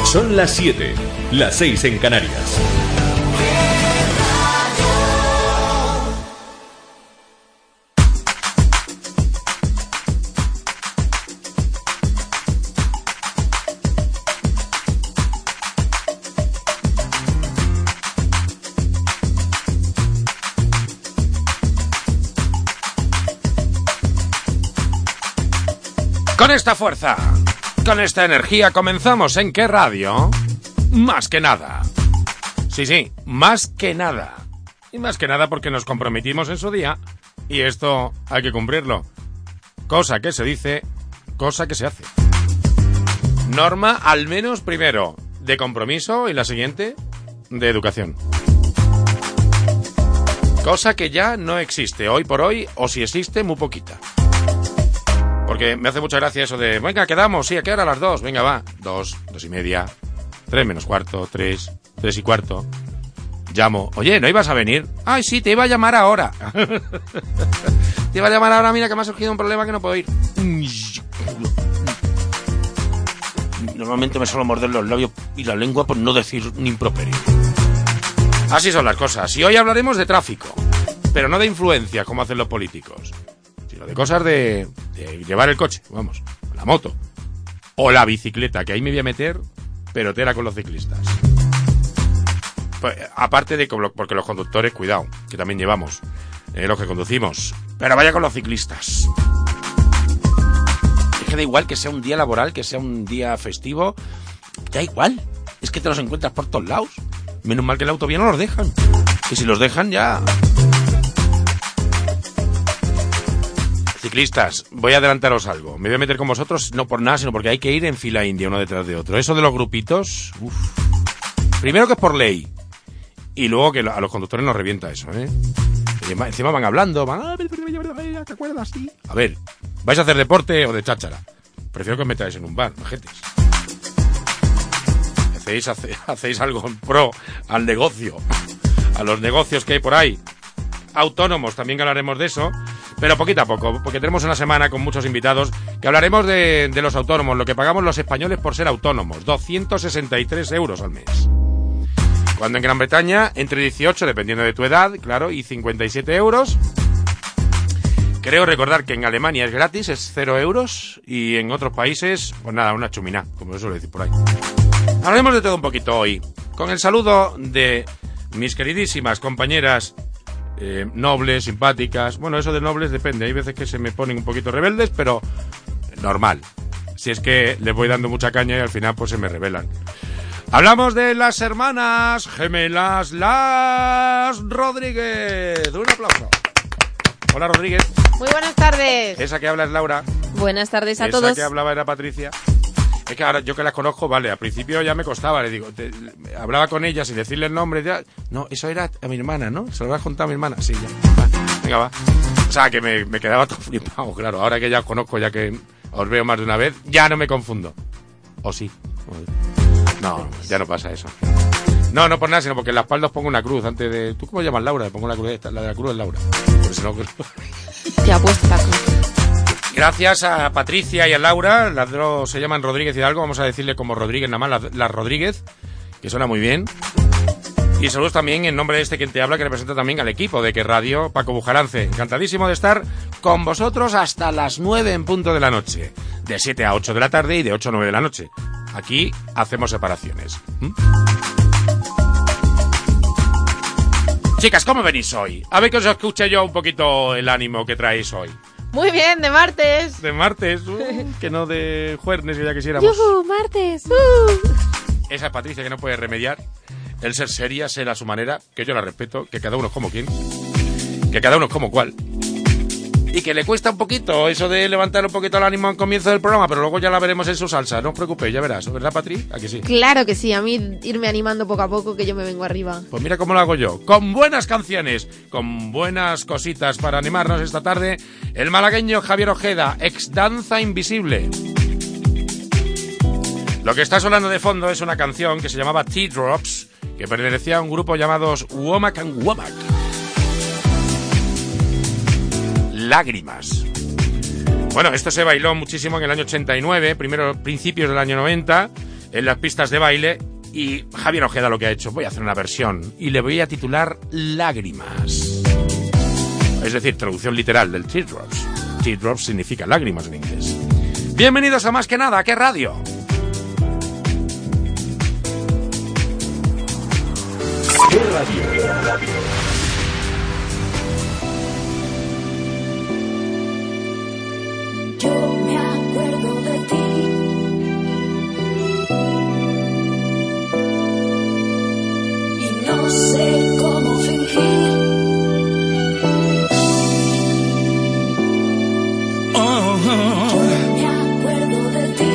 Son las 7, las 6 en Canarias. Con esta fuerza, con esta energía, comenzamos en ¿Qué radio? Más que nada. Sí, más que nada. Y más que nada porque nos comprometimos en su día y esto hay que cumplirlo. Cosa que se dice, cosa que se hace. Norma, al menos primero, de compromiso y la siguiente, de educación. Cosa que ya no existe hoy por hoy, o si existe, muy poquita. Porque me hace mucha gracia eso de, venga, quedamos, sí, ¿a qué hora? A las 2, venga, va. 2, 2:30, 3 menos cuarto, 3, 3 y cuarto. Llamo, oye, ¿no ibas a venir? Ay, sí, te iba a llamar ahora. Te iba a llamar ahora, mira, que me ha surgido un problema que no puedo ir. Normalmente me suelo morder los labios y la lengua por no decir un improperio. Así son las cosas. Y hoy hablaremos de tráfico, pero no de influencia, como hacen los políticos. De cosas de llevar el coche, vamos, la moto o la bicicleta, que ahí me voy a meter, pero tela con los ciclistas. Pues, aparte de porque los conductores, cuidado, que también llevamos, los que conducimos, pero vaya con los ciclistas. Es que da igual que sea un día laboral, que sea un día festivo, da igual, es que te los encuentras por todos lados. Menos mal que en la autovía no los dejan, que si los dejan ya... Ciclistas, voy a adelantaros algo. Me voy a meter con vosotros no por nada, sino porque hay que ir en fila india uno detrás de otro. Eso de los grupitos, primero que es por ley. Y luego que a los conductores nos revienta eso, ¿eh? Y encima van hablando, ¿te acuerdas? Sí. A ver, ¿vais a hacer deporte o de cháchara? Prefiero que os metáis en un bar, majetes. Hacéis algo en pro al negocio, a los negocios que hay por ahí. Autónomos, también hablaremos de eso. Pero poquito a poco, porque tenemos una semana con muchos invitados que hablaremos de los autónomos, lo que pagamos los españoles por ser autónomos, 263 euros al mes. Cuando en Gran Bretaña, entre 18, dependiendo de tu edad, claro, y 57 euros. Creo recordar que en Alemania es gratis, es 0 euros, y en otros países, pues nada, una chuminá, como se suele decir por ahí. Hablaremos de todo un poquito hoy, con el saludo de mis queridísimas compañeras nobles, simpáticas. Bueno, eso de nobles depende. Hay veces que se me ponen un poquito rebeldes, pero normal. Si es que les voy dando mucha caña y al final pues se me rebelan. Hablamos de las hermanas gemelas, las Rodríguez. Un aplauso. Hola, Rodríguez. Muy buenas tardes. Esa que habla es Laura. Buenas tardes a todos. Esa que hablaba era Patricia. Es que ahora yo que las conozco, vale, al principio ya me costaba, le digo, hablaba con ella sin decirle el nombre, ya, no, eso era a mi hermana, ¿no? ¿Se lo has contado a mi hermana? Sí, ya. Venga, va. O sea, que me quedaba todo flipado, claro, ahora que ya os conozco, ya que os veo más de una vez, ya no me confundo. ¿O sí? No, ya no pasa eso. No, no por nada, sino porque en la espalda os pongo una cruz antes de... ¿Tú cómo llamas Laura? Le pongo la cruz, la de la cruz es Laura. Por eso no... Te ha puesto la cruz. Gracias a Patricia y a Laura, las dos se llaman Rodríguez Hidalgo, vamos a decirle como Rodríguez nada más, las Rodríguez, que suena muy bien. Y saludos también en nombre de este quien te habla, que representa también al equipo de Que Radio, Paco Bujarance. Encantadísimo de estar con vosotros hasta las 9 en punto de la noche, de 7 a 8 de la tarde y de 8 a 9 de la noche. Aquí hacemos separaciones. Chicas, ¿cómo venís hoy? A ver que os escuche yo un poquito el ánimo que traéis hoy. Muy bien, de martes. De martes, que no de jueves, que ya quisiéramos. ¡Yuhu, martes! Esa es Patricia que no puede remediar. El ser seria, ser a su manera, que yo la respeto, que cada uno es como quien, que cada uno es como cual. Y que le cuesta un poquito eso de levantar un poquito el ánimo al comienzo del programa, pero luego ya la veremos en su salsa, no os preocupéis, ya verás, ¿verdad, Patri? ¿A que sí? Claro que sí, a mí irme animando poco a poco, que yo me vengo arriba. Pues mira cómo lo hago yo, con buenas canciones, con buenas cositas para animarnos esta tarde, el malagueño Javier Ojeda, ex Danza Invisible. Lo que está sonando de fondo es una canción que se llamaba Teardrops, que pertenecía a un grupo llamados Womack and Womack. Lágrimas. Bueno, esto se bailó muchísimo en el año 89, primero principios del año 90, en las pistas de baile. Y Javier Ojeda lo que ha hecho, voy a hacer una versión y le voy a titular Lágrimas. Es decir, traducción literal del Teardrops. Teardrops significa lágrimas en inglés. Bienvenidos a Más que Nada, ¿qué radio? ¿Qué radio? Yo me acuerdo de ti. Y no sé cómo fingir. Yo me acuerdo de ti.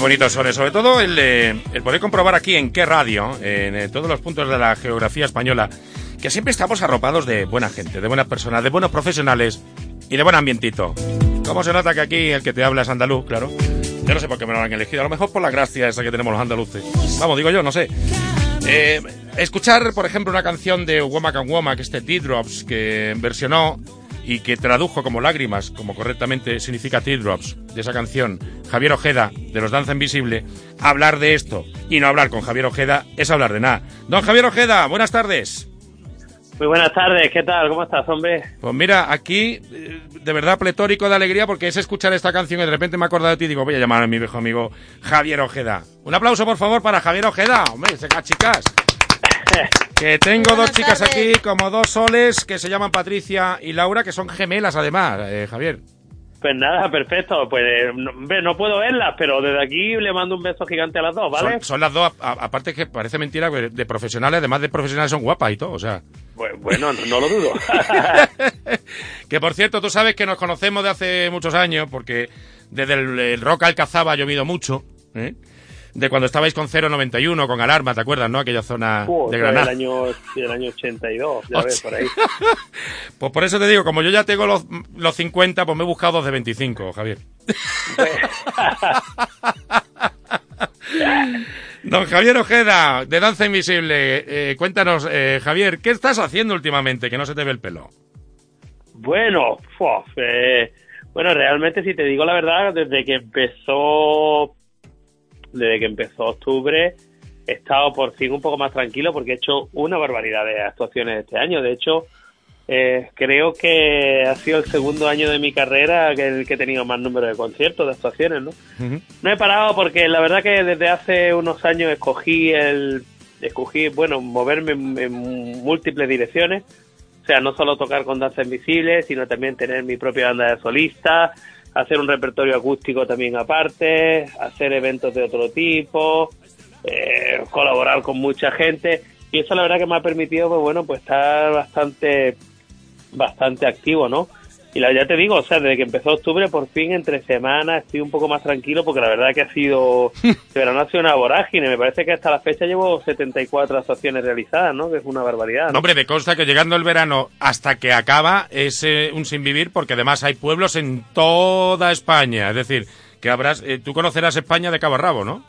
bonitos son, sobre todo el poder comprobar aquí en Qué Radio, en todos los puntos de la geografía española, que siempre estamos arropados de buena gente, de buenas personas, de buenos profesionales y de buen ambientito. ¿Cómo se nota que aquí el que te habla es andaluz? Claro. Yo no sé por qué me lo han elegido, a lo mejor por la gracia esa que tenemos los andaluces. Vamos, digo yo, no sé. Escuchar, por ejemplo, una canción de Womack and Womack, Teardrops, que versionó y que tradujo como lágrimas, como correctamente significa Teardrops, de esa canción, Javier Ojeda, de los Danza Invisible. Hablar de esto y no hablar con Javier Ojeda es hablar de nada. Don Javier Ojeda, buenas tardes. Muy buenas tardes, ¿qué tal? ¿Cómo estás, hombre? Pues mira, aquí, de verdad pletórico de alegría, porque es escuchar esta canción y de repente me he acordado de ti y digo, voy a llamar a mi viejo amigo Javier Ojeda. Un aplauso, por favor, para Javier Ojeda. Hombre, chicas. Que tengo dos chicas aquí, como dos soles, que se llaman Patricia y Laura, que son gemelas además, Javier. Pues nada, perfecto. Pues no puedo verlas, pero desde aquí le mando un beso gigante a las dos, ¿vale? Son las dos, aparte que parece mentira, de profesionales, además de profesionales son guapas y todo, o sea... Bueno, no lo dudo. Que por cierto, tú sabes que nos conocemos de hace muchos años, porque desde el Rock Alcazaba ha llovido mucho, ¿eh? De cuando estabais con 091, con Alarma, ¿te acuerdas, no? Aquella zona de Granada. El año 82, ya ves, por ahí. Pues por eso te digo, como yo ya tengo los 50, pues me he buscado dos de 25, Javier. Don Javier Ojeda, de Danza Invisible, cuéntanos, Javier, ¿qué estás haciendo últimamente, que no se te ve el pelo? Bueno, realmente, si te digo la verdad, desde que empezó octubre, he estado por fin un poco más tranquilo porque he hecho una barbaridad de actuaciones este año. De hecho, creo que ha sido el segundo año de mi carrera que he tenido más número de conciertos, de actuaciones, ¿no? Uh-huh. No he parado porque la verdad que desde hace unos años escogí moverme en múltiples direcciones. O sea, no solo tocar con Danza Invisible, sino también tener mi propia banda de solista, hacer un repertorio acústico también aparte, hacer eventos de otro tipo, colaborar con mucha gente, y eso la verdad que me ha permitido pues estar bastante activo, ¿no? Y ya te digo, o sea, desde que empezó octubre, por fin entre semanas estoy un poco más tranquilo, porque la verdad que verano ha sido una vorágine. Me parece que hasta la fecha llevo 74 actuaciones realizadas, ¿no? Que es una barbaridad, ¿no? No, hombre, me consta que llegando el verano hasta que acaba es un sinvivir, porque además hay pueblos en toda España. Es decir, que tú conocerás España de cabo a rabo, ¿no?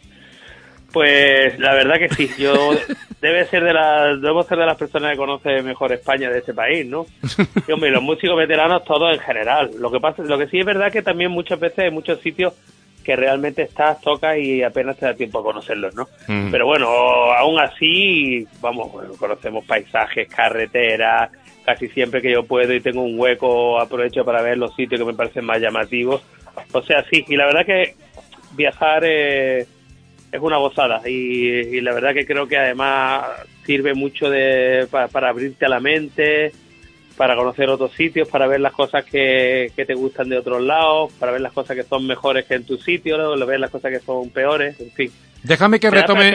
Pues la verdad que sí, debo ser de las personas que conoce mejor España de este país, ¿no? Y hombre, los músicos veteranos todos en general. Lo que sí es verdad que también muchas veces hay muchos sitios que realmente tocas y apenas te da tiempo a conocerlos, ¿no? Mm. Pero bueno, aún así, conocemos paisajes, carreteras, casi siempre que yo puedo y tengo un hueco aprovecho para ver los sitios que me parecen más llamativos. O sea, sí, y la verdad que viajar es una gozada y la verdad que creo que además sirve mucho para abrirte a la mente, para conocer otros sitios, para ver las cosas que te gustan de otros lados, para ver las cosas que son mejores que en tu sitio, ver las cosas que son peores, en fin. Déjame que retome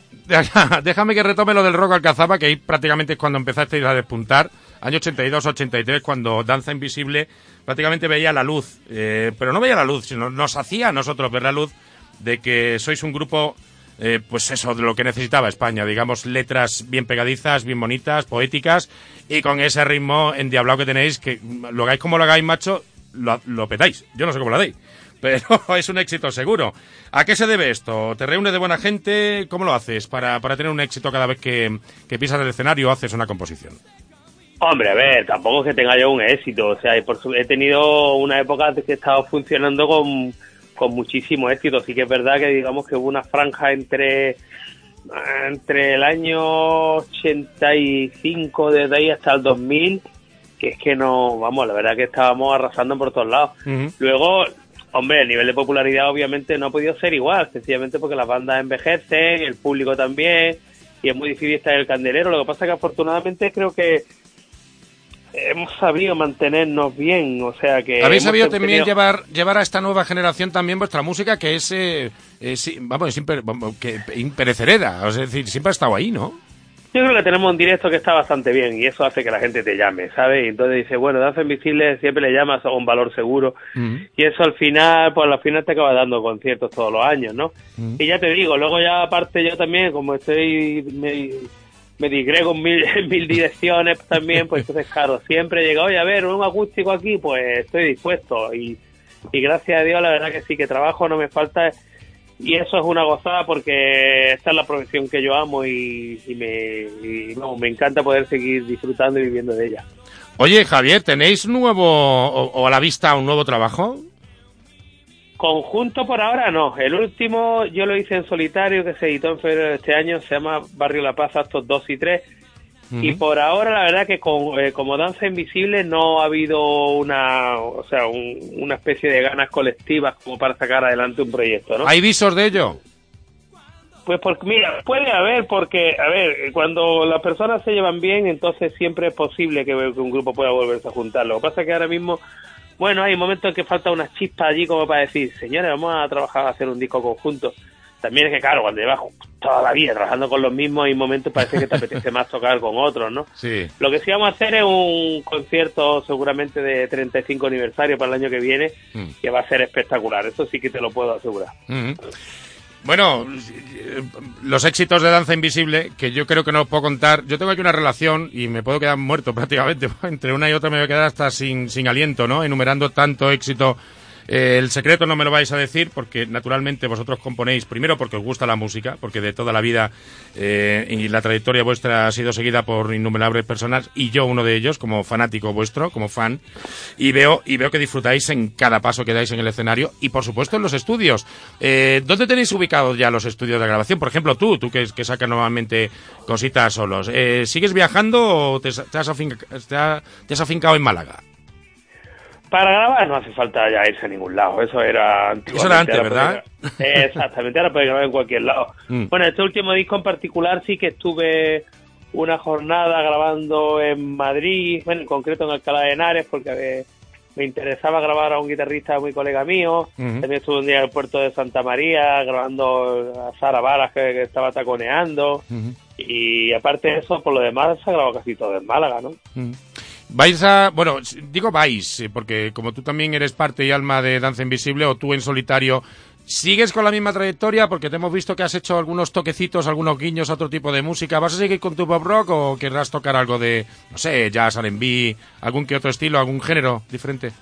lo del Rock Alcazaba, que ahí prácticamente es cuando empezasteis a despuntar, año 82-83, cuando Danza Invisible prácticamente veía la luz, pero no veía la luz, sino nos hacía a nosotros ver la luz de que sois un grupo, pues eso, de lo que necesitaba España, digamos, letras bien pegadizas, bien bonitas, poéticas, y con ese ritmo endiablado que tenéis, que lo hagáis como lo hagáis, macho, lo petáis. Yo no sé cómo lo hacéis, pero es un éxito seguro. ¿A qué se debe esto? ¿Te reúnes de buena gente? ¿Cómo lo haces para tener un éxito cada vez que pisas el escenario o haces una composición? Hombre, a ver, tampoco es que tenga yo un éxito, o sea, he tenido una época que he estado funcionando con muchísimo éxito. Sí que es verdad que digamos que hubo una franja entre el año 85 desde ahí hasta el 2000 que es que la verdad que estábamos arrasando por todos lados. Uh-huh. Luego, hombre, el nivel de popularidad obviamente no ha podido ser igual, sencillamente porque las bandas envejecen, el público también, y es muy difícil estar en el candelero. Lo que pasa es que afortunadamente creo que hemos sabido mantenernos bien, o sea que... Habéis sabido también llevar a esta nueva generación también vuestra música, que es imperecedera, es decir, siempre ha estado ahí, ¿no? Yo creo que tenemos un directo que está bastante bien y eso hace que la gente te llame, ¿sabes? Y entonces dice, bueno, Danza Invisible siempre le llamas a un valor seguro y eso al final, pues al final te acaba dando conciertos todos los años, ¿no? Y ya te digo, luego ya aparte yo también, como me digrego en mil direcciones también, pues entonces claro, siempre llega, oye, a ver, un acústico aquí, pues estoy dispuesto y gracias a Dios la verdad que sí, que trabajo no me falta. Y eso es una gozada porque esta es la profesión que yo amo y me encanta poder seguir disfrutando y viviendo de ella. Oye, Javier, ¿tenéis nuevo o a la vista un nuevo trabajo? Conjunto por ahora no. El último yo lo hice en solitario, que se editó en febrero de este año, se llama Barrio La Paz, actos 2 y 3. Y por ahora la verdad que como Danza Invisible no ha habido una especie de ganas colectivas como para sacar adelante un proyecto, ¿no? ¿Hay visos de ello? Pues porque, mira, puede haber, porque, a ver, cuando las personas se llevan bien, entonces siempre es posible que un grupo pueda volverse a juntar. Lo que pasa es que ahora mismo, bueno, hay momentos en que falta una chispa allí como para decir, señores, vamos a trabajar, a hacer un disco conjunto. También es que, claro, cuando llevas toda la vida trabajando con los mismos, hay momentos parece que te apetece más tocar con otros, ¿no? Sí. Lo que sí vamos a hacer es un concierto seguramente de 35 aniversario para el año que viene, que va a ser espectacular. Eso sí que te lo puedo asegurar. Bueno, los éxitos de Danza Invisible, que yo creo que no os puedo contar. Yo tengo aquí una relación y me puedo quedar muerto prácticamente. Entre una y otra me voy a quedar hasta sin aliento, ¿no? Enumerando tanto éxito. El secreto no me lo vais a decir porque naturalmente vosotros componéis primero porque os gusta la música, porque de toda la vida y la trayectoria vuestra ha sido seguida por innumerables personas y yo uno de ellos como fanático vuestro, como fan, y veo que disfrutáis en cada paso que dais en el escenario y por supuesto en los estudios. ¿Dónde tenéis ubicados ya los estudios de grabación? Por ejemplo, tú que sacas normalmente cositas solos, ¿sigues viajando o te has afincado en Málaga? Para grabar no hace falta ya irse a ningún lado, eso era antiguamente. Eso era antes, ¿verdad? Exactamente, ahora puedes grabar en cualquier lado. Bueno, este último disco en particular sí que estuve una jornada grabando en Madrid, bueno, en concreto en Alcalá de Henares, porque me interesaba grabar a un guitarrista muy colega mío. También estuve un día en el puerto de Santa María grabando a Sara Balas que estaba taconeando. Y aparte de eso, por lo demás, se ha grabado casi todo en Málaga, ¿no? Vais, porque como tú también eres parte y alma de Danza Invisible, o tú en solitario, ¿sigues con la misma trayectoria? Porque te hemos visto que has hecho algunos toquecitos, algunos guiños a otro tipo de música. ¿Vas a seguir con tu pop rock o querrás tocar algo de, no sé, jazz, R&B, algún que otro estilo, algún género diferente?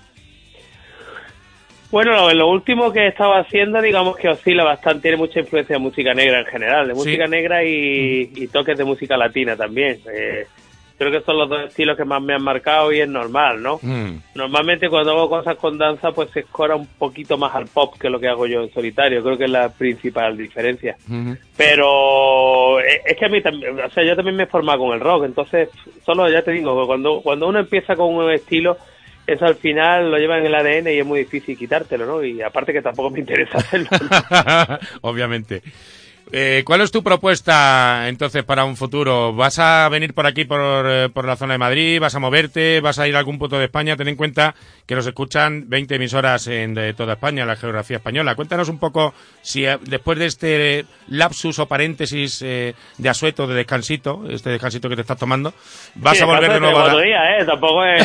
Bueno, lo último que he estado haciendo, digamos que oscila bastante, tiene mucha influencia de música negra en general, de música negra y toques de música latina también. Creo que son los dos estilos que más me han marcado y es normal, ¿no? Normalmente cuando hago cosas con danza pues se escora un poquito más al pop que lo que hago yo en solitario, creo que es la principal diferencia. Pero es que a mí también, o sea, yo también me he formado con el rock, entonces solo ya te digo, cuando uno empieza con un estilo, eso al final lo lleva en el ADN y es muy difícil quitártelo, ¿no? Y aparte que tampoco me interesa hacerlo, ¿no? Obviamente. ¿Cuál es tu propuesta entonces para un futuro? ¿Vas a venir por aquí, por la zona de Madrid? ¿Vas a moverte? ¿Vas a ir a algún punto de España? Ten en cuenta que nos escuchan 20 emisoras de toda España, la geografía española. Cuéntanos un poco si después de este lapsus o paréntesis de asueto, de descansito, este descansito que te estás tomando, vas a volver de nuevo a otro día, tampoco es...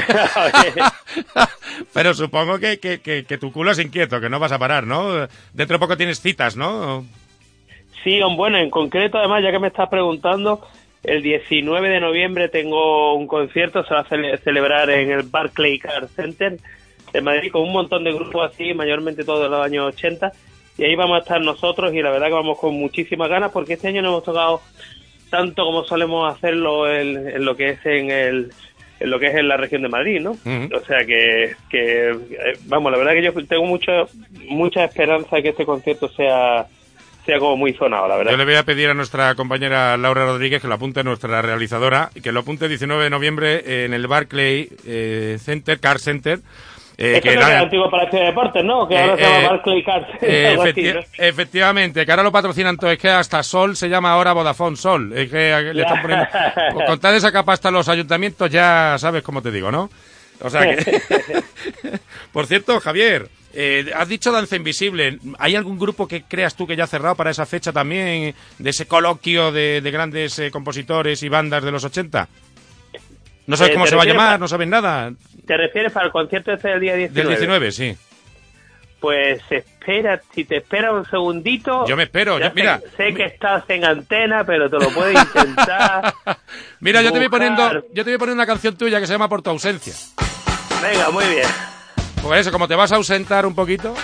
Pero supongo que tu culo es inquieto, que no vas a parar, ¿no? Dentro de poco tienes citas, ¿no? Sí, bueno, en concreto, además, ya que me estás preguntando, el 19 de noviembre tengo un concierto, se va a celebrar en el Barclaycard Car Center de Madrid con un montón de grupos así, mayormente todos de los años 80, y ahí vamos a estar nosotros y la verdad que vamos con muchísimas ganas porque este año no hemos tocado tanto como solemos hacerlo en lo que es en lo que es en la región de Madrid, ¿no? O sea que vamos, la verdad que yo tengo mucha esperanza de que este concierto sea como muy sonado, la verdad. Yo le voy a pedir a nuestra compañera Laura Rodríguez que lo apunte, nuestra realizadora, que lo apunte el 19 de noviembre en el Barclay Car Center. Que es el antiguo Palacio de Deportes, ¿no? Que ahora se llama Barclay Car Center. Efectivamente, que ahora lo patrocinan todo. Es que hasta Sol se llama ahora Vodafone Sol. Es que le están poniendo... Con tal de sacar pasta a los ayuntamientos ya sabes cómo te digo, ¿no? O sea que... Por cierto, Javier... Has dicho Danza Invisible. ¿Hay algún grupo que creas tú que ya ha cerrado para esa fecha también, de ese coloquio de grandes compositores y bandas de los 80? ¿No sabes cómo se va a llamar? ¿No sabes nada? ¿Te refieres para el concierto este del día 19? Del 19, sí. Pues espera, si te espera un segundito... Yo me espero, mira... Sé que estás en antena, pero te lo puedo intentar. Mira, yo te voy poniendo una canción tuya que se llama Por tu ausencia. Venga, muy bien. Pues eso, como te vas a ausentar un poquito...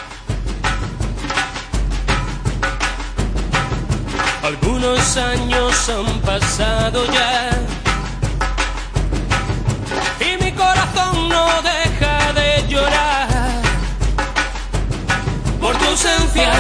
Algunos años han pasado ya y mi corazón no deja de llorar por tu ausencia,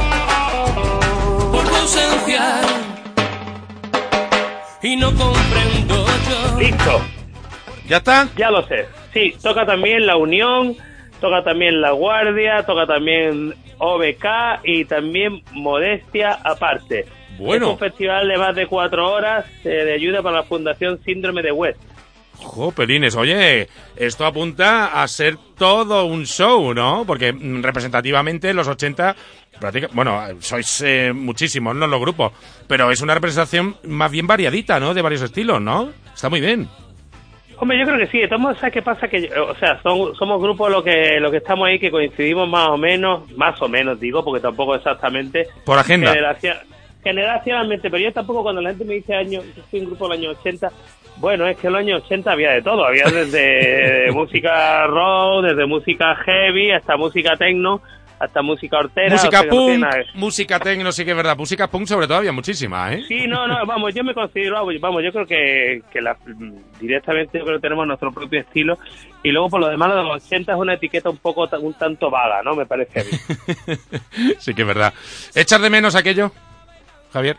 y no comprendo yo. Listo. ¿Ya está? Ya lo sé. Sí, toca también La Unión, toca también La Guardia, toca también OBK y también Modestia Aparte. Bueno. Es un festival de más de 4 horas de ayuda para la Fundación Síndrome de West. Pelines, oye, esto apunta a ser todo un show, ¿no? Porque representativamente los 80, bueno, sois muchísimos, ¿no? Los grupos, pero es una representación más bien variadita, ¿no? De varios estilos, ¿no? Está muy bien. Hombre, yo creo que sí. Entonces, ¿sabes qué pasa? Que, o sea, somos grupos lo que estamos ahí, que coincidimos más o menos digo, porque tampoco exactamente. Por agenda. Generacionalmente, pero yo tampoco, cuando la gente me dice yo soy un grupo de los años 80, bueno, es que en los años 80 había de todo, había desde música rock, desde música heavy, hasta música techno, hasta música hortera. Música punk, música techno, sí que es verdad, música punk sobre todo había muchísima, ¿eh? Sí, no, vamos, yo me considero, yo creo que directamente yo creo que tenemos nuestro propio estilo, y luego por lo demás lo de los 80 es una etiqueta un tanto vaga, ¿no? Me parece a mí. Sí que es verdad. ¿Echas de menos aquello, Javier?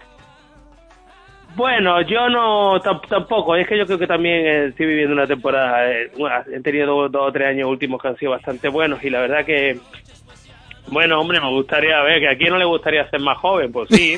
Bueno, yo no, tampoco. Es que yo creo que también estoy viviendo una temporada. He tenido 2 o 3 años últimos que han sido bastante buenos, y la verdad que, bueno, hombre, me gustaría ver que a quién no le gustaría ser más joven, pues sí,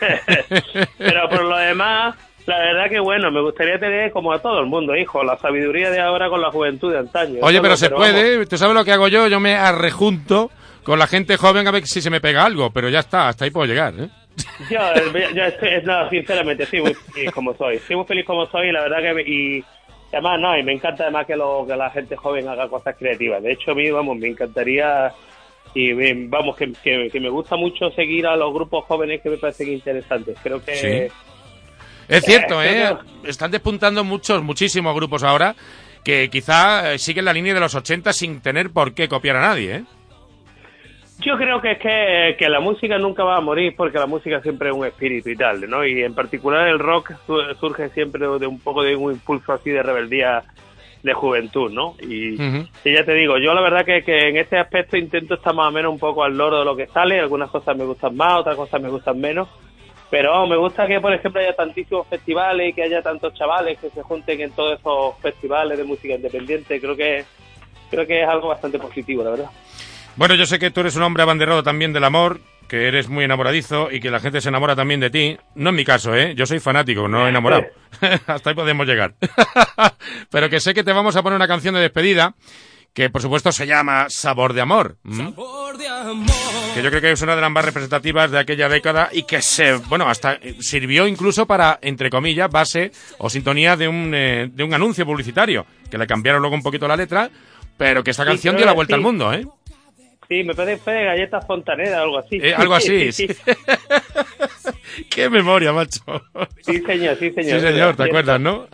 pero por lo demás, la verdad que, bueno, me gustaría tener, como a todo el mundo, hijo, la sabiduría de ahora con la juventud de antaño. Oye, pero se puede, vamos. ¿Tú sabes lo que hago yo? Yo me arrejunto con la gente joven a ver si se me pega algo, pero ya está, hasta ahí puedo llegar, ¿eh? Yo sinceramente, sí, muy feliz como soy. Soy muy feliz como soy, y la verdad que... Y además, y me encanta además que la gente joven haga cosas creativas. De hecho, a mí, me encantaría... Y vamos, que me gusta mucho seguir a los grupos jóvenes que me parecen interesantes. Creo que... Sí. Es cierto, están despuntando muchísimos grupos ahora que quizá siguen la línea de los 80 sin tener por qué copiar a nadie, ¿eh? Yo creo que es que la música nunca va a morir, porque la música siempre es un espíritu y tal, ¿no? Y en particular el rock surge siempre de un poco de un impulso así de rebeldía, de juventud, ¿no? Y ya te digo, yo la verdad que en este aspecto intento estar más o menos un poco al loro de lo que sale. Algunas cosas me gustan más, otras cosas me gustan menos, pero me gusta que, por ejemplo, haya tantísimos festivales y que haya tantos chavales que se junten en todos esos festivales de música independiente. Creo que es algo bastante positivo, la verdad. Bueno, yo sé que tú eres un hombre abanderado también del amor, que eres muy enamoradizo y que la gente se enamora también de ti. No es mi caso, ¿eh? Yo soy fanático, no enamorado. Hasta ahí podemos llegar. Pero que sé que te vamos a poner una canción de despedida que, por supuesto, se llama Sabor de Amor. Sabor de amor. Que yo creo que es una de las más representativas de aquella década y que hasta sirvió incluso para, entre comillas, base o sintonía de un anuncio publicitario, que le cambiaron luego un poquito la letra, pero que esta canción dio la vuelta al mundo, ¿eh? Sí, me parece de galletas fontaneras, algo así. Algo así, sí. Qué memoria, macho. Sí, señor. Sí, señor, ¿te acuerdas, no?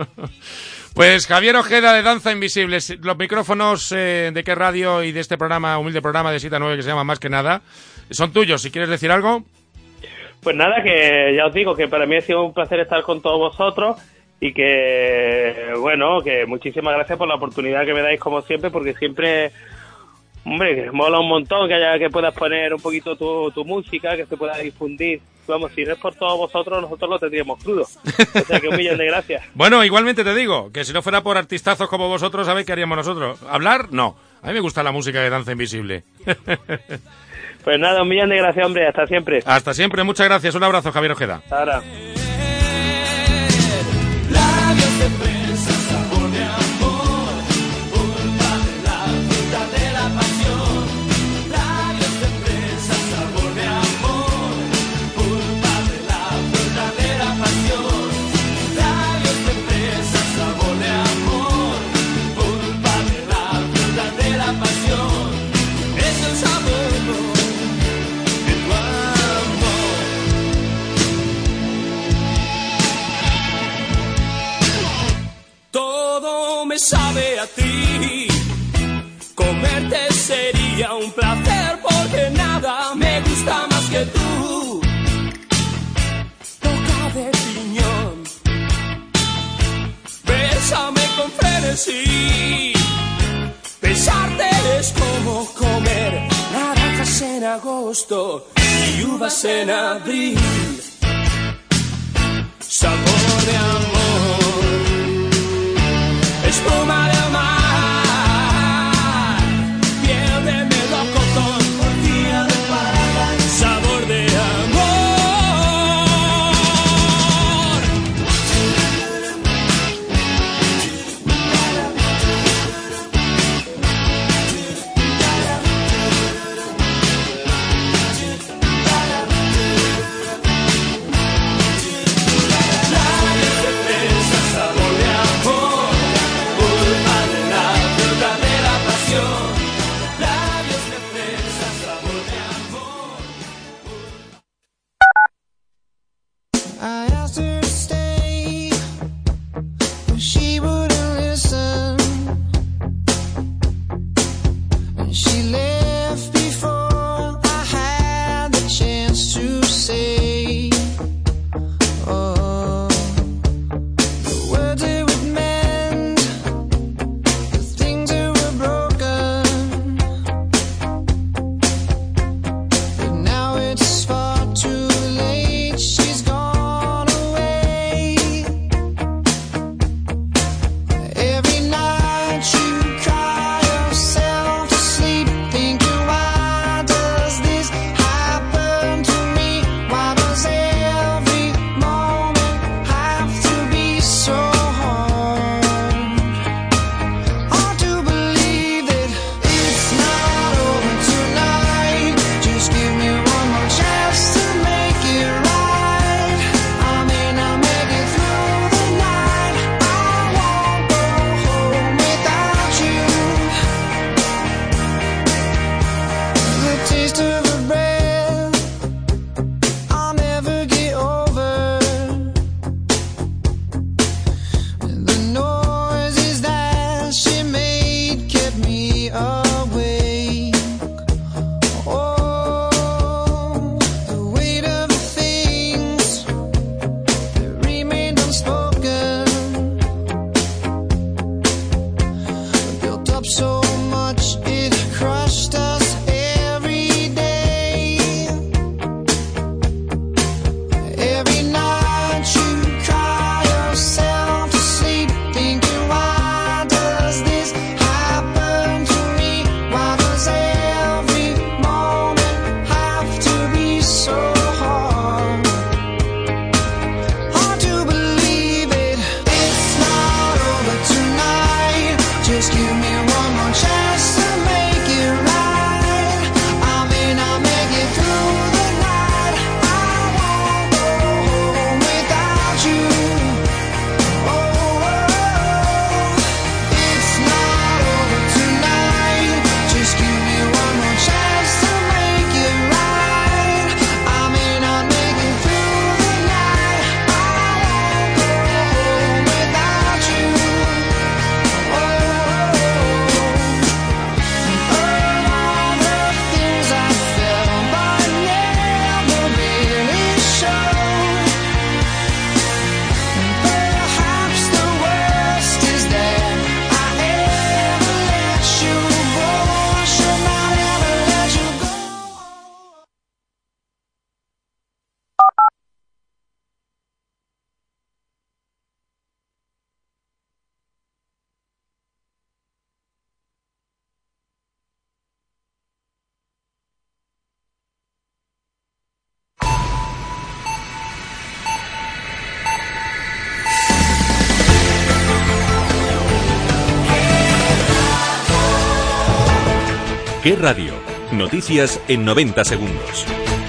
Pues Javier Ojeda de Danza Invisible, los micrófonos de Qué Radio y de este programa, humilde programa de 7 a 9 que se llama Más que Nada, son tuyos. Si quieres decir algo. Pues nada, que ya os digo que para mí ha sido un placer estar con todos vosotros y que, bueno, que muchísimas gracias por la oportunidad que me dais como siempre, porque siempre... Hombre, que mola un montón que puedas poner un poquito tu música, que se pueda difundir. Vamos, si no es por todos vosotros, nosotros lo tendríamos crudo. O sea, que 1.000.000 de gracias. Bueno, igualmente te digo, que si no fuera por artistazos como vosotros, ¿sabéis qué haríamos nosotros? ¿Hablar? No. A mí me gusta la música de Danza Invisible. Pues nada, 1.000.000 de gracias, hombre. Hasta siempre. Hasta siempre. Muchas gracias. Un abrazo, Javier Ojeda. Hasta ahora. sabe a ti. Comerte sería un placer porque nada me gusta más que tú. Boca de piñón, bésame con frenesí. Besarte es como comer naranjas en agosto y uvas en abril. Sabor de amor, espuma de mar, piel de melocotón, tortilla de patata, sabor de amor. ¿Qué radio? Noticias en 90 segundos.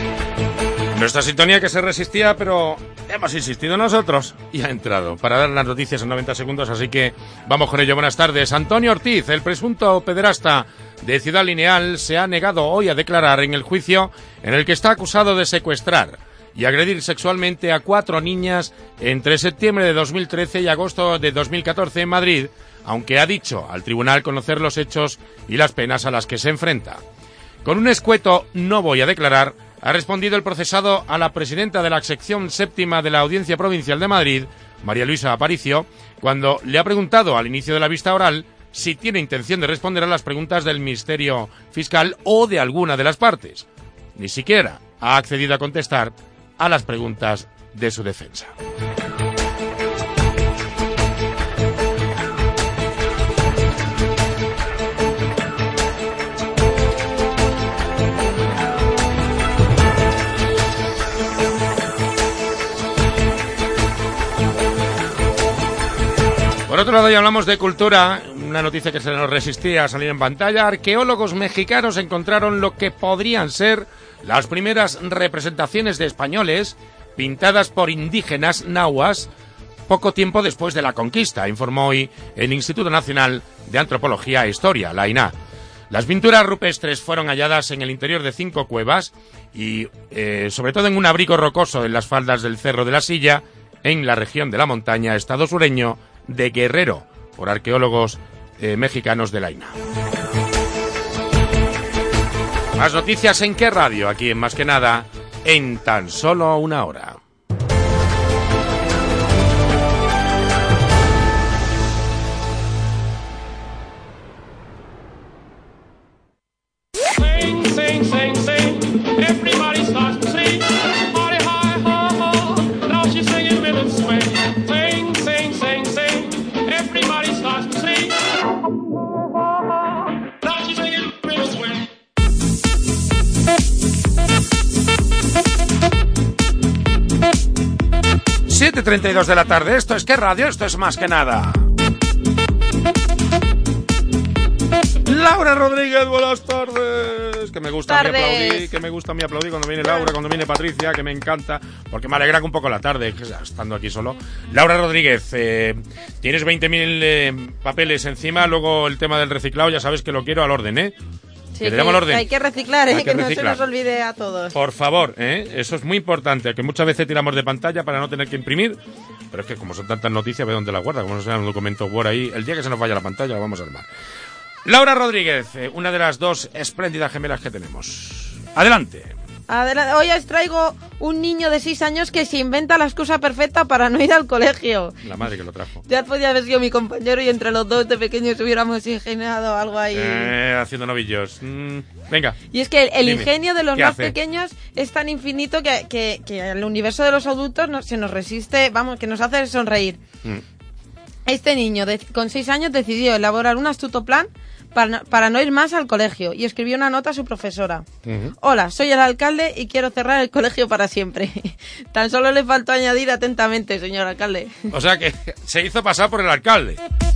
Nuestra sintonía que se resistía, pero hemos insistido nosotros y ha entrado para dar las noticias en 90 segundos, así que vamos con ello. Buenas tardes. Antonio Ortiz, el presunto pederasta de Ciudad Lineal, se ha negado hoy a declarar en el juicio en el que está acusado de secuestrar y agredir sexualmente a 4 niñas entre septiembre de 2013 y agosto de 2014 en Madrid, aunque ha dicho al tribunal conocer los hechos y las penas a las que se enfrenta. Con un escueto "no voy a declarar", ha respondido el procesado a la presidenta de la sección séptima de la Audiencia Provincial de Madrid, María Luisa Aparicio, cuando le ha preguntado al inicio de la vista oral si tiene intención de responder a las preguntas del Ministerio Fiscal o de alguna de las partes. Ni siquiera ha accedido a contestar a las preguntas de su defensa. Por otro lado, ya hablamos de cultura, una noticia que se nos resistía a salir en pantalla. Arqueólogos mexicanos encontraron lo que podrían ser las primeras representaciones de españoles pintadas por indígenas nahuas poco tiempo después de la conquista, informó hoy el Instituto Nacional de Antropología e Historia, la INAH. Las pinturas rupestres fueron halladas en el interior de 5 cuevas y sobre todo en un abrigo rocoso en las faldas del Cerro de la Silla, en la región de la montaña, estado sureño de Guerrero, por arqueólogos mexicanos de la INAH. Más noticias en ¿Qué radio? Aquí en Más que Nada, en tan solo una hora. Sing, sing, sing, sing. Everybody starts to sing. Party high, ho, ho. Now she's singing with a swing. Sing, sing, sing, sing. Everybody starts to sing. Now she's singing with a swing. 7:32 de la tarde, esto es ¿Qué radio? Esto es Más que Nada. Laura Rodríguez, buenas tardes. Que me gusta a mí aplaudir, cuando viene Laura, cuando viene Patricia, que me encanta, porque me alegra un poco la tarde, estando aquí solo. Laura Rodríguez, tienes 20.000 papeles encima, luego el tema del reciclado, ya sabes que lo quiero al orden, ¿eh? Sí, que le damos el orden. Hay que reciclar, Hay que no se reciclar. nos olvide a todos. Por favor, eso es muy importante, que muchas veces tiramos de pantalla para no tener que imprimir, pero es que como son tantas noticias, ve dónde las guarda, como no sea un documento Word ahí, el día que se nos vaya la pantalla lo vamos a armar. Laura Rodríguez, una de las 2 espléndidas gemelas que tenemos. Adelante. Hoy os traigo un niño de 6 años que se inventa la excusa perfecta para no ir al colegio. La madre que lo trajo. Ya podía haber sido mi compañero y entre los dos de pequeños hubiéramos ingeniado algo ahí. Haciendo novillos. Venga. Y es que el dime, ingenio de los ¿qué más hace? pequeños es tan infinito que el universo de los adultos se nos resiste, vamos, que nos hace sonreír. Este niño con 6 años decidió elaborar un astuto plan para no ir más al colegio y escribió una nota a su profesora. Hola, soy el alcalde y quiero cerrar el colegio para siempre. Tan solo le faltó añadir atentamente, señor alcalde. O sea que se hizo pasar por el alcalde.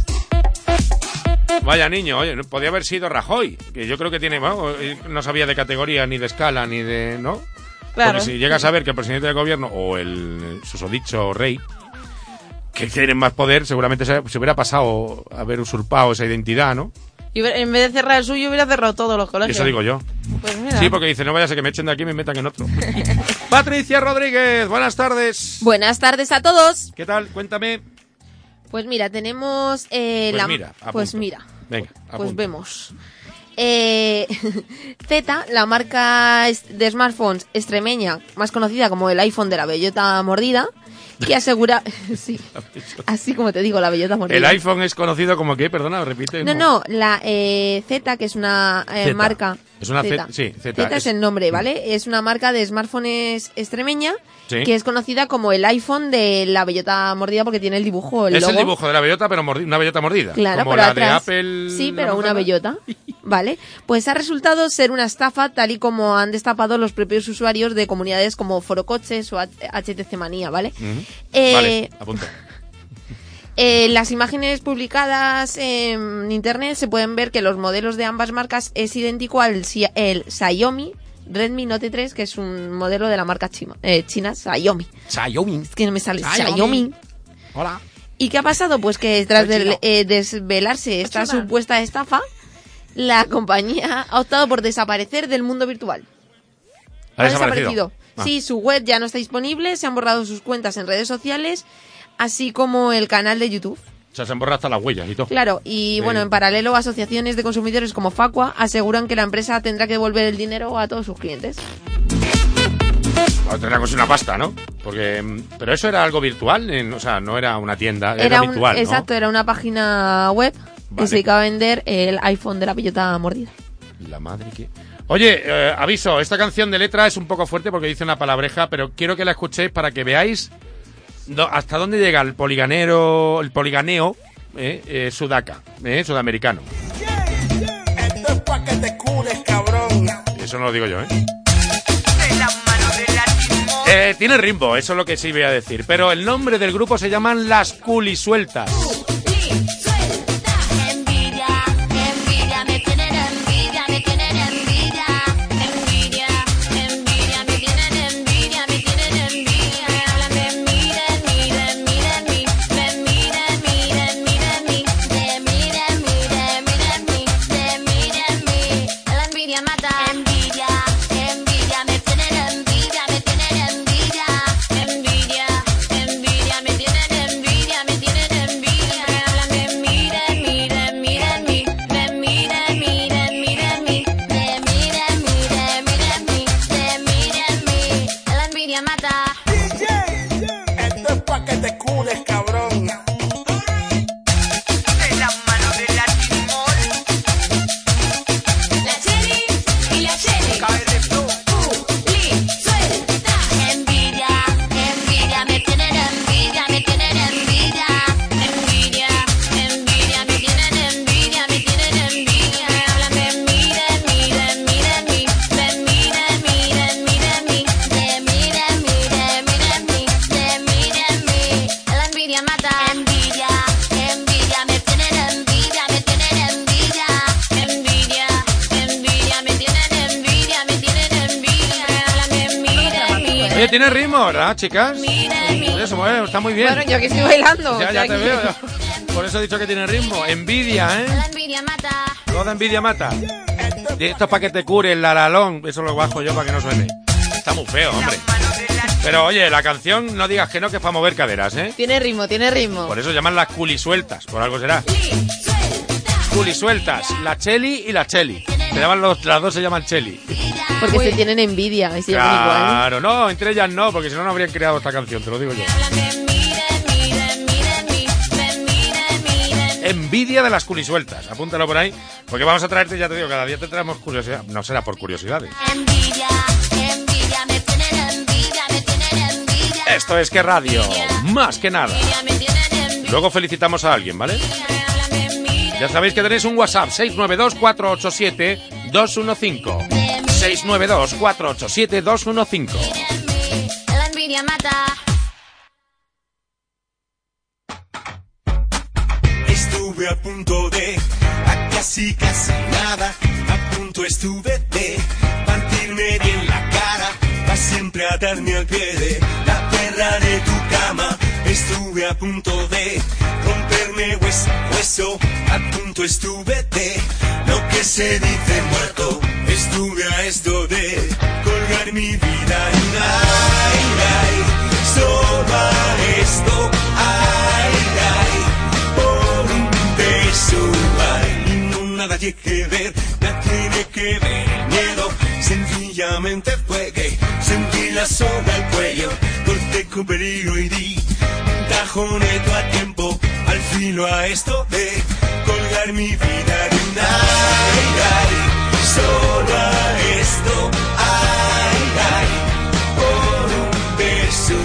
Vaya niño, oye, podía haber sido Rajoy, que yo creo que tiene, bueno, no sabía de categoría, ni de escala, ni de, ¿no? Claro. Porque si llegas a ver que el presidente del gobierno o el susodicho rey, que tienen más poder, seguramente se hubiera pasado a haber usurpado esa identidad, ¿no? Y en vez de cerrar el suyo, hubiera cerrado todos los colegios. Eso digo yo. Pues mira. Sí, porque dice, no vaya a ser que me echen de aquí y me metan en otro. Patricia Rodríguez, buenas tardes. Buenas tardes a todos. ¿Qué tal? Cuéntame. Pues mira, tenemos Pues mira. Venga, Pues apunto. vemos. Zeta, la marca de smartphones extremeña, más conocida como el iPhone de la bellota mordida, que asegura... sí, así como te digo, la bellota mordida. El iPhone es conocido como ¿qué? Perdona, repite. No, la Zeta, que es una Zeta. marca... Es una Zeta. Zeta. Zeta es el nombre, ¿vale? Es una marca de smartphones extremeña, Sí. que es conocida como el iPhone de la bellota mordida porque tiene el dibujo, el Es logo. el dibujo de la bellota, pero una bellota mordida. Claro, como pero la atrás, de Apple. sí, la pero una manzana. bellota, ¿vale? Pues ha resultado ser una estafa, tal y como han destapado los propios usuarios de comunidades como Foro Coches o HTC Manía, ¿vale? Vale, apunta. Las imágenes publicadas en internet se pueden ver que los modelos de ambas marcas es idéntico al Xiaomi Redmi Note 3, que es un modelo de la marca china Xiaomi. Xiaomi. Es que no me sale Xiaomi. Xiaomi. Hola. ¿Y qué ha pasado? Pues que tras desvelarse esta supuesta estafa, la compañía ha optado por desaparecer del mundo virtual. Ha desaparecido. Sí, su web ya no está disponible, se han borrado sus cuentas en redes sociales, así como el canal de YouTube. O sea, se han borrado hasta las huellas y todo. Claro, y bueno, en paralelo, asociaciones de consumidores como Facua aseguran que la empresa tendrá que devolver el dinero a todos sus clientes. Tendrá que ser una pasta, ¿no? Pero eso era algo virtual, o sea, no era una tienda, era virtual, ¿no? Exacto, era una página web que se dedicaba a vender el iPhone de la bellota mordida. La madre que... Oye, aviso, esta canción de letra es un poco fuerte porque dice una palabreja, pero quiero que la escuchéis para que veáis hasta dónde llega el poliganeo sudaca, sudamericano. Esto es pa' que te cules, cabrón. Eso no lo digo yo, tiene ritmo, eso es lo que sí voy a decir. Pero el nombre del grupo se llaman Las Culisueltas. Oye, tiene ritmo, ¿verdad, chicas? Eso, está muy bien. Bueno, yo que estoy bailando. Ya te veo. Por eso he dicho que tiene ritmo. Envidia, ¿eh? Toda envidia mata. Esto es para que te cure el lalalón. Eso lo bajo yo para que no suene. Está muy feo, hombre. Pero oye, la canción, no digas que no, que es para mover caderas, ¿eh? Tiene ritmo, tiene ritmo. Por eso llaman las culisueltas, por algo será. Culisueltas, la Cheli y la Cheli. Se llaman las dos se llaman Cheli. Porque se tienen envidia. Y se claro, no, entre ellas no, porque si no, no habrían creado esta canción, te lo digo yo. Envidia de las culisueltas, apúntalo por ahí, porque vamos a traerte, ya te digo, cada día te traemos curiosidad, no será por curiosidades. Esto es Que Radio, más que nada. Luego felicitamos a alguien, ¿vale? Ya sabéis que tenéis un WhatsApp, 692-487-215. 692-487-215. La envidia mata. Estuve a punto de, a casi nada, a punto estuve de partirme bien la cara, para siempre atarme al pie de la perra de tu cama. Estuve a punto de romperme hueso, a punto estuve de lo que se dice muerto. Estuve a esto de colgar mi vida en un ay, solo a esto, ay, por un beso, ay. Y no nada tiene que ver, nada tiene que ver el miedo. Sencillamente fue que sentí la soga al cuello, corté con peligro y di tajoneto a tiempo, al filo a esto de colgar mi vida de un ay, solo a esto, ay, por un beso,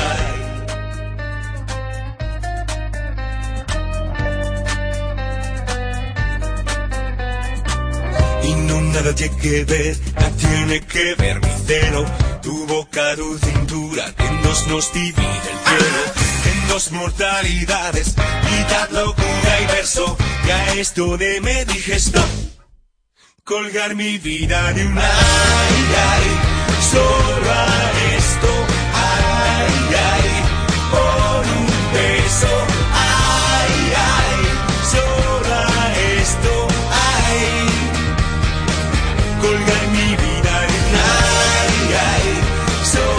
ay. Y no nada tiene que ver, nada tiene que ver mi celo, tu boca, tu cintura, que nos divide el cielo. En dos mortalidades, mitad locura y verso, y a esto de me dije stop. Colgar mi vida de un ay, solo a esto, ay, por un beso, ay, solo a esto, ay. Colgar mi vida de un ay, solo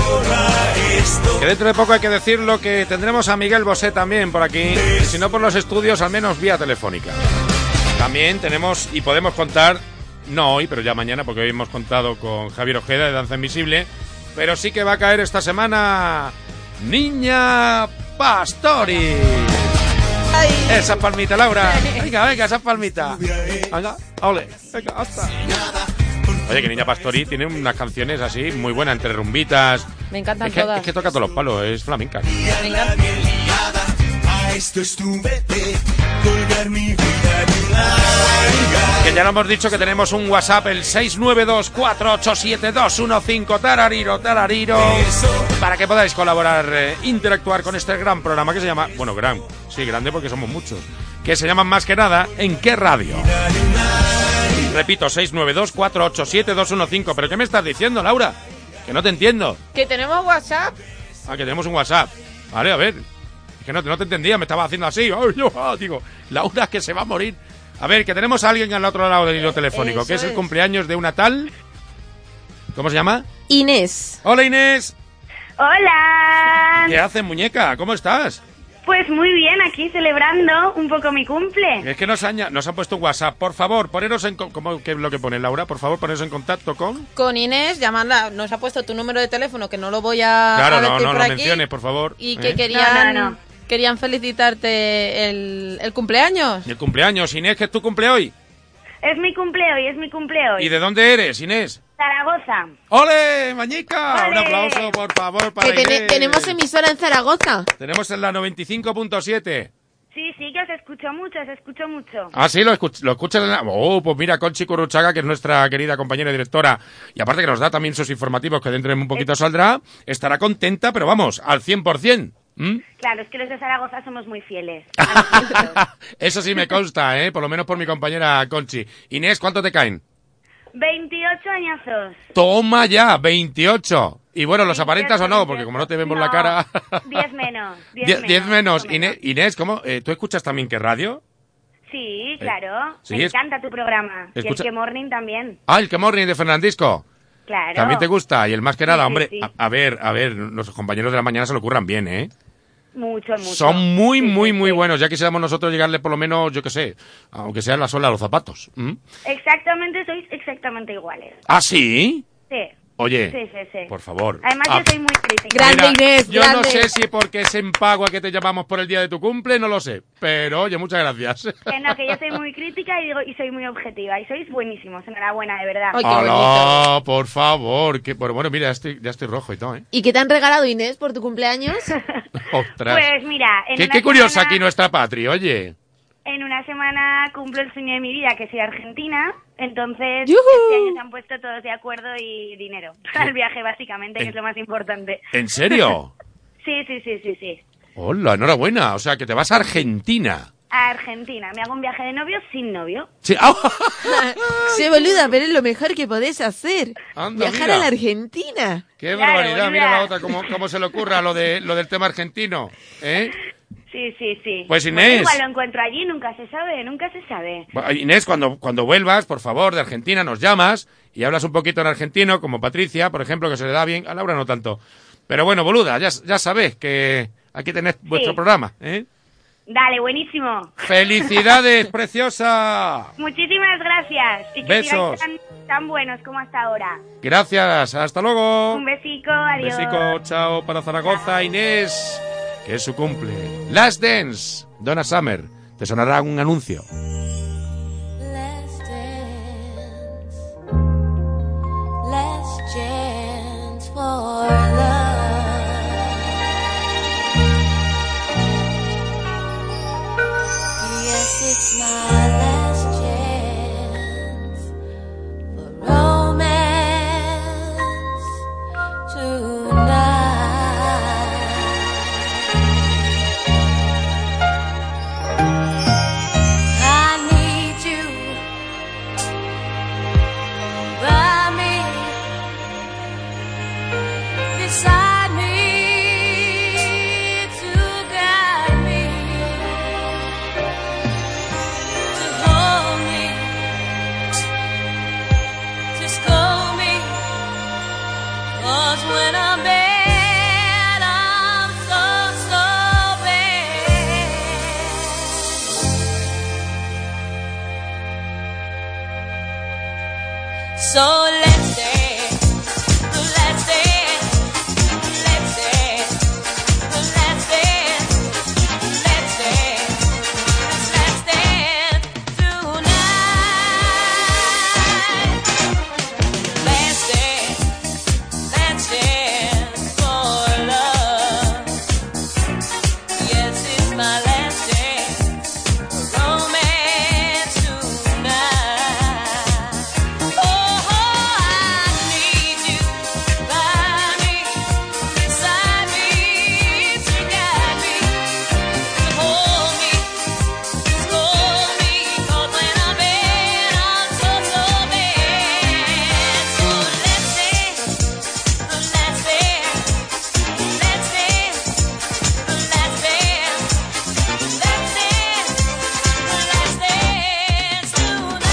dentro de poco hay que decirlo que tendremos a Miguel Bosé también por aquí, y si no por los estudios, al menos vía telefónica. También tenemos y podemos contar, no hoy, pero ya mañana, porque hoy hemos contado con Javier Ojeda de Danza Invisible, pero sí que va a caer esta semana Niña Pastori. Ay. Esa palmita, Laura. Venga, esa palmita. Venga, ole, venga, hasta. Oye, que Niña Pastori tiene unas canciones así muy buenas, entre rumbitas. Me encantan Es que, todas. es que toca todos los palos, es flamenca. Me encanta. A esto estuve de colgar mi vida en una Que ya lo hemos dicho que tenemos un WhatsApp, el 692487215, tarariro, para que podáis colaborar, interactuar con este gran programa que se llama, bueno, sí, grande porque somos muchos, que se llama Más que Nada, ¿En qué radio? Repito, 692487215, ¿pero qué me estás diciendo, Laura? Que no te entiendo. Que tenemos WhatsApp. Ah, que tenemos un WhatsApp. Vale, a ver. Es que no te entendía, me estaba haciendo así. Ay, yo, digo, Laura, que se va a morir. A ver, que tenemos a alguien al otro lado del hilo telefónico, Eso que es el es. cumpleaños de una tal... ¿Cómo se llama? Inés. Hola, Inés. Hola. ¿Qué haces, muñeca? ¿Cómo estás? Pues muy bien, aquí celebrando un poco mi cumple. Es que nos han puesto un WhatsApp. Por favor, poneros en... ¿Cómo que es lo que pone Laura? Por favor, poneros en contacto con... Con Inés, llamarla. Nos ha puesto tu número de teléfono, que no lo voy a Claro, decir no por lo aquí, menciones, por favor. Y ¿eh? que querían, No. querían felicitarte el cumpleaños. Y el cumpleaños, Inés, que es tu cumple hoy. Es mi cumple hoy, es mi cumple hoy. ¿Y de dónde eres, Inés? Zaragoza. ¡Ole, mañica! Un ¡Ole! aplauso, por favor, para Que Inés. tenemos emisora en Zaragoza. Tenemos en la 95.7. Sí, que os escucho mucho. Ah, sí, lo escuchan en la... Oh, pues mira, Conchi Curruchaga, que es nuestra querida compañera y directora, y aparte que nos da también sus informativos, que dentro de un poquito saldrá, estará contenta, pero vamos, al 100%. ¿Mm? Claro, es que los de Zaragoza somos muy fieles. Eso sí me consta, por lo menos por mi compañera Conchi. Inés, ¿cuánto te caen? 28 añazos. Toma ya, 28. Y bueno, ¿los aparentas o no? Porque como no te vemos la cara... 10 menos. 10 menos. Inés, ¿cómo? ¿Tú escuchas también qué radio? Sí, claro. sí, Me encanta tu programa. Y Escucha- el que Morning también. Ah, el que Morning de Fernandisco. Claro. También te gusta. Y el más que nada, Sí, hombre, sí. A ver, los compañeros de la mañana se lo curran bien, ¿eh? Mucho. Son muy, Sí, muy, sí, muy sí. buenos. Ya quisiéramos nosotros llegarle por lo menos, yo qué sé, aunque sea la suela a los zapatos. ¿Mm? Exactamente, sois exactamente iguales. ¿Ah, sí? Sí. Oye, Sí. por favor. Además, Ah, yo soy muy crítica. Grande, Inés, yo grande. no sé si porque es en Pagua que te llamamos por el día de tu cumple, no lo sé. Pero, oye, muchas gracias. Que yo soy muy crítica y soy muy objetiva. Y sois buenísimos, enhorabuena, de verdad. Ay, qué Hola, por favor. Que, bueno, mira, ya estoy rojo y todo, ¿eh? ¿Y qué te han regalado, Inés, por tu cumpleaños? Ostras. Pues mira, Qué curiosa aquí nuestra patria, oye. En una semana cumplo el sueño de mi vida, que es ir a Argentina. Entonces, ¡Yujú! este año se han puesto todos de acuerdo y dinero para el viaje, básicamente, que es lo más importante. ¿En serio? Sí. Hola, enhorabuena. O sea, que te vas a Argentina. A Argentina. Me hago un viaje de novio sin novio. Sí. ¡Ah! Sí, boluda, pero es lo mejor que podés hacer. Anda, Viajar mira. a la Argentina. ¡Qué Claro, barbaridad! boluda. Mira la otra, cómo se le ocurra lo del tema argentino. ¿Eh? Sí. Pues, Bueno, Inés. igual lo encuentro allí, nunca se sabe. Inés, cuando vuelvas, por favor, de Argentina, nos llamas y hablas un poquito en argentino, como Patricia, por ejemplo, que se le da bien. A Laura no tanto. Pero bueno, boluda, ya sabés que aquí tenés vuestro programa, ¿eh? Dale, buenísimo. ¡Felicidades, preciosa! Muchísimas gracias. Y que Besos. sigáis tan buenos como hasta ahora. Gracias, hasta luego. Un besico, adiós. Besico, chao para Zaragoza, Inés, que es su cumple. Last Dance, Donna Summer. Te sonará un anuncio. Let's chance for love. Yes, it's my last chance for romance tonight. I need you by me, beside me to guide me. So let's dance, let's dance, let's dance, let's dance, let's dance, let's dance tonight. Let's dance for love. Yes, it's my last dance for romance tonight. Oh, I need you by me, beside me, to guide me, to hold me, to scold me, 'cause when I'm in, I'm so bad. So let's dance, let's dance, let's dance, let's dance, let's dance tonight.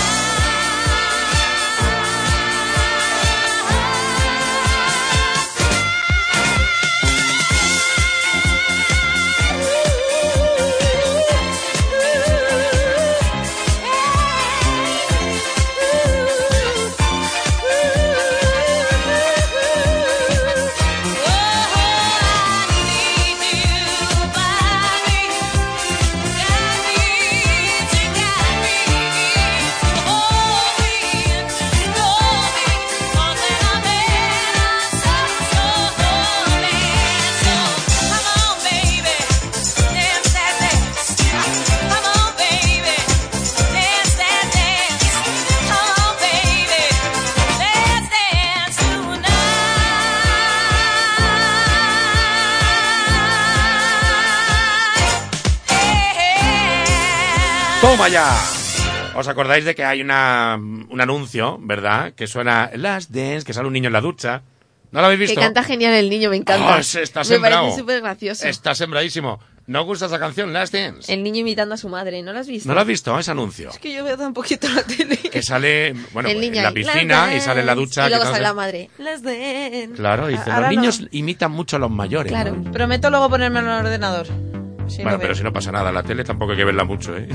¡Toma ya! ¿Os acordáis de que hay un anuncio, verdad? Que suena Last Dance, que sale un niño en la ducha. ¿No lo habéis visto? Que canta genial el niño, me encanta. Oh, está me sembrado. parece súper gracioso. Está sembradísimo. ¿No os gusta esa canción, Last Dance? El niño imitando a su madre, ¿no lo has visto? ¿No lo has visto, ese anuncio? Es que yo veo tan poquito la tele. Que sale, bueno, El niño en la ahí, piscina "Let's y sale en la ducha. Y luego que sale tal, la madre. Let's dance. Claro, dice, Ahora los no. niños imitan mucho a los mayores. Claro. ¿no? Prometo luego ponerme en el ordenador. Si Bueno, lo pero veo. si no pasa nada, la tele tampoco hay que verla mucho, ¿eh?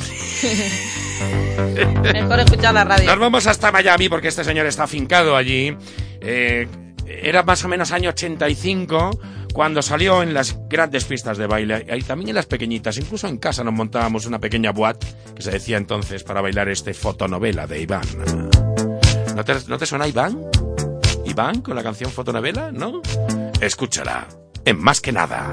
Mejor escuchar la radio. Nos vamos hasta Miami porque este señor está afincado allí. Era más o menos año 85 cuando salió en las grandes pistas de baile y también en las pequeñitas. Incluso en casa nos montábamos una pequeña boîte que se decía entonces para bailar fotonovela de Iván. ¿No te suena Iván? ¿Iván con la canción fotonovela? ¿No? Escúchala. En Más que Nada.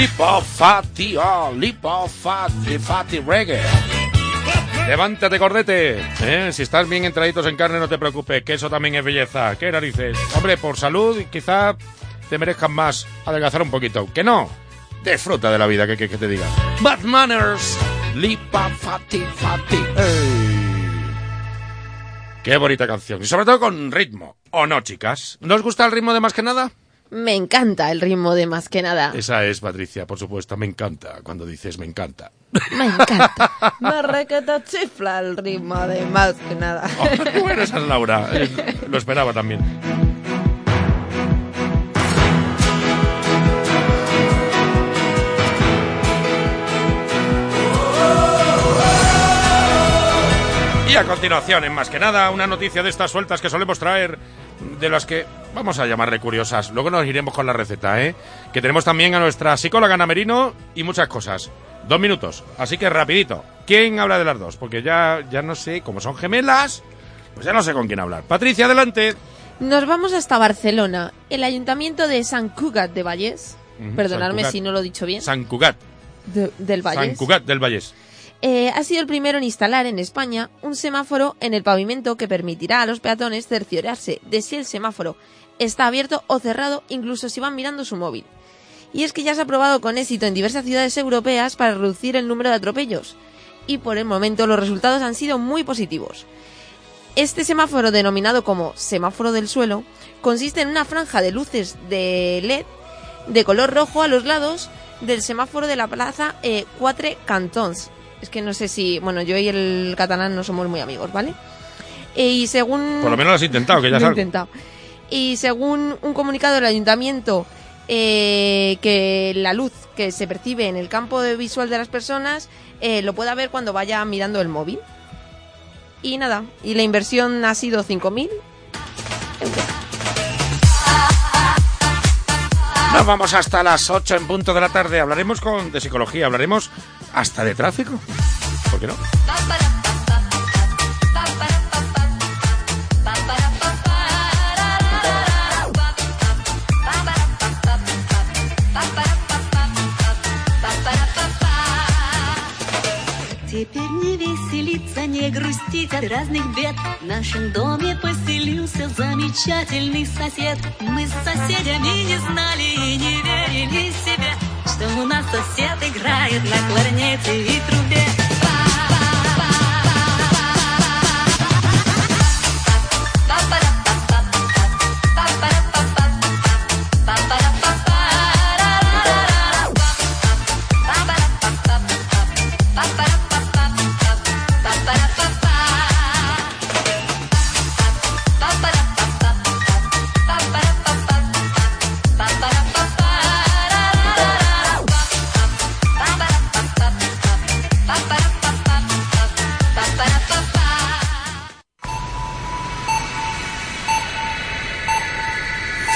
Lipo Fati, oh, Lipo Fati, Fati Reggae. Levántate, cordete. Si estás bien entraditos en carne, no te preocupes, que eso también es belleza. ¿Qué narices? Hombre, por salud, quizá te merezcan más adelgazar un poquito. ¿Que no? Disfruta de la vida, que te diga. Bad Manners, Lipa Fati Fati. Qué bonita canción. Y sobre todo con ritmo. ¿O no, chicas? ¿No os gusta el ritmo de Más que Nada? Me encanta el ritmo de Más que Nada. Esa es, Patricia, por supuesto. Me encanta cuando dices me encanta. Me encanta. Me requeta chifla el ritmo de Más que Nada. Oh, qué bueno, esa es Laura. Lo esperaba también. Y a continuación, en Más que Nada, una noticia de estas sueltas que solemos traer, de las que vamos a llamarle curiosas. Luego nos iremos con la receta, que tenemos también a nuestra psicóloga Ana Merino y muchas cosas. 2 minutos, así que rapidito. ¿Quién habla de las dos? Porque ya no sé, como son gemelas, pues ya no sé con quién hablar. Patricia, adelante. Nos vamos hasta Barcelona. El ayuntamiento de Sant Cugat de Vallès, perdonadme si no lo he dicho bien. Sant Cugat. Del Vallès. Sant Cugat del Vallès. Ha sido el primero en instalar en España un semáforo en el pavimento que permitirá a los peatones cerciorarse de si el semáforo está abierto o cerrado, incluso si van mirando su móvil. Y es que ya se ha probado con éxito en diversas ciudades europeas para reducir el número de atropellos. Y por el momento los resultados han sido muy positivos. Este semáforo, denominado como semáforo del suelo, consiste en una franja de luces de LED de color rojo a los lados del semáforo de la plaza Quatre Cantons. Es que no sé si... Bueno, yo y el catalán no somos muy amigos, ¿vale? Y según... Por lo menos lo has intentado, que ya sabes. Y según un comunicado del ayuntamiento, que la luz que se percibe en el campo visual de las personas lo pueda ver cuando vaya mirando el móvil. Y nada, y la inversión ha sido 5.000 euros. Nos vamos hasta las 8 en punto de la tarde. Hablaremos de psicología, hablaremos hasta de tráfico. ¿Por qué no? Теперь не веселиться, не грустить от разных бед. В нашем доме поселился замечательный сосед. Мы с соседями не знали и не верили себе, что у нас сосед играет на кларнете и трубе.